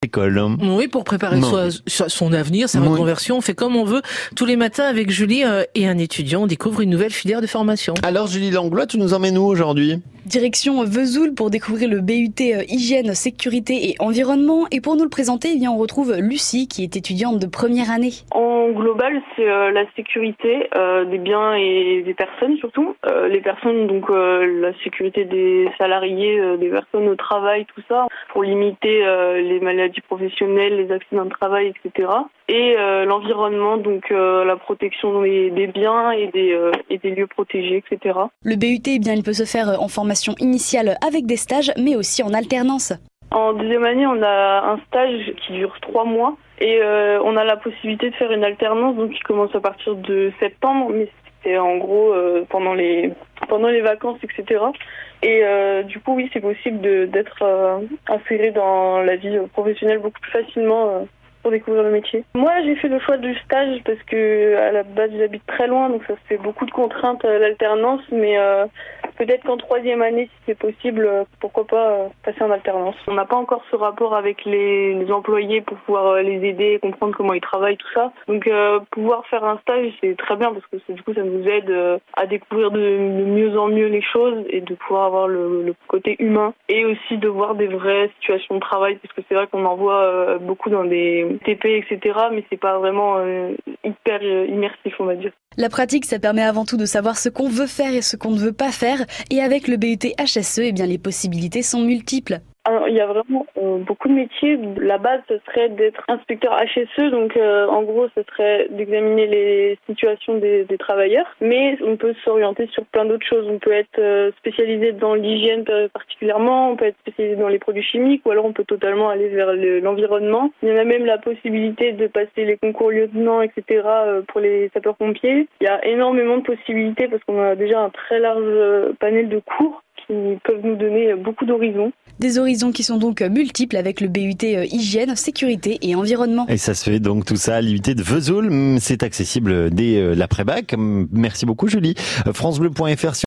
École. Oui, pour préparer son avenir, sa reconversion, on fait comme on veut. Tous les matins avec Julie et un étudiant, on découvre une nouvelle filière de formation. Alors Julie Langlois, tu nous emmènes où aujourd'hui ? Direction Vesoul pour découvrir le BUT Hygiène, Sécurité et Environnement. Et pour nous le présenter, on retrouve Lucie qui est étudiante de première année. En global, c'est la sécurité des biens et des personnes surtout. Les personnes, donc la sécurité des salariés, des personnes au travail, tout ça, pour limiter les maladies professionnelles, les accidents de travail, etc. Et l'environnement, donc la protection des biens et des lieux protégés, etc. Le BUT, il peut se faire en formation initiale avec des stages, mais aussi en alternance. En deuxième année, on a un stage qui dure 3 mois et on a la possibilité de faire une alternance, donc qui commence à partir de septembre, mais c'est en gros pendant les vacances, etc. Et du coup, oui, c'est possible d'être inséré dans la vie professionnelle beaucoup plus facilement pour découvrir le métier. Moi, j'ai fait le choix du stage parce que à la base, j'habite très loin, donc ça fait beaucoup de contraintes à l'alternance, mais peut-être qu'en troisième année, si c'est possible, pourquoi pas passer en alternance. On n'a pas encore ce rapport avec les employés pour pouvoir les aider, comprendre comment ils travaillent, tout ça. Donc pouvoir faire un stage, c'est très bien parce que du coup, ça nous aide à découvrir de mieux en mieux les choses et de pouvoir avoir le côté humain et aussi de voir des vraies situations de travail, parce que c'est vrai qu'on en voit beaucoup dans des TP, etc., mais c'est pas vraiment hyper immersif, on va dire. La pratique, ça permet avant tout de savoir ce qu'on veut faire et ce qu'on ne veut pas faire. Et avec le BUT HSE, les possibilités sont multiples. Alors, il y a vraiment beaucoup de métiers. La base, ce serait d'être inspecteur HSE, donc en gros, ce serait d'examiner les situations des travailleurs. Mais on peut s'orienter sur plein d'autres choses. On peut être spécialisé dans l'hygiène particulièrement, on peut être spécialisé dans les produits chimiques, ou alors on peut totalement aller vers l'environnement. Il y en a même la possibilité de passer les concours lieutenant, etc. pour les sapeurs-pompiers. Il y a énormément de possibilités parce qu'on a déjà un très large panel de cours qui peuvent nous donner beaucoup d'horizons. Des horizons qui sont donc multiples avec le BUT Hygiène, Sécurité et Environnement. Et ça se fait donc tout ça à l'IUT de Vesoul. C'est accessible dès l'après-bac. Merci beaucoup Julie. FranceBleu.fr